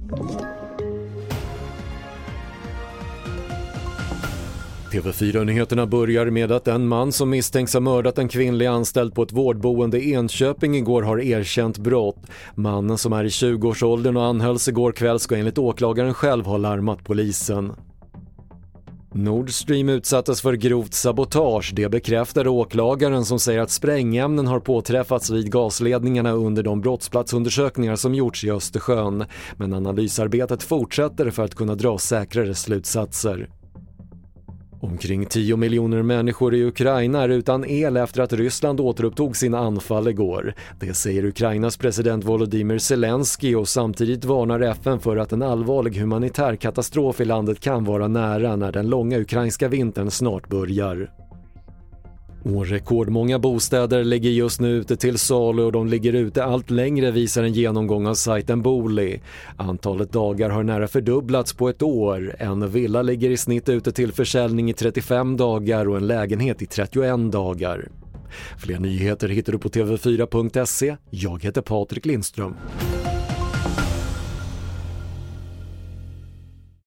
TV4-nyheterna börjar med att en man som misstänks ha mördat en kvinnlig anställd på ett vårdboende i Enköping igår har erkänt brott. Mannen, som är i 20-årsåldern och anhölls igår kväll, ska enligt åklagaren själv ha larmat polisen. Nord Stream utsattes för grovt sabotage. Det bekräftade åklagaren, som säger att sprängämnen har påträffats vid gasledningarna under de brottsplatsundersökningar som gjorts i Östersjön. Men analysarbetet fortsätter för att kunna dra säkrare slutsatser. Omkring 10 miljoner människor i Ukraina är utan el efter att Ryssland återupptog sina anfall igår. Det säger Ukrainas president Volodymyr Zelensky, och samtidigt varnar FN för att en allvarlig humanitär katastrof i landet kan vara nära när den långa ukrainska vintern snart börjar. Och rekordmånga bostäder ligger just nu ute till salu, och de ligger ute allt längre, visar en genomgång av sajten Booli. Antalet dagar har nära fördubblats på ett år. En villa ligger i snitt ute till försäljning i 35 dagar och en lägenhet i 31 dagar. Fler nyheter hittar du på tv4.se. Jag heter Patrik Lindström.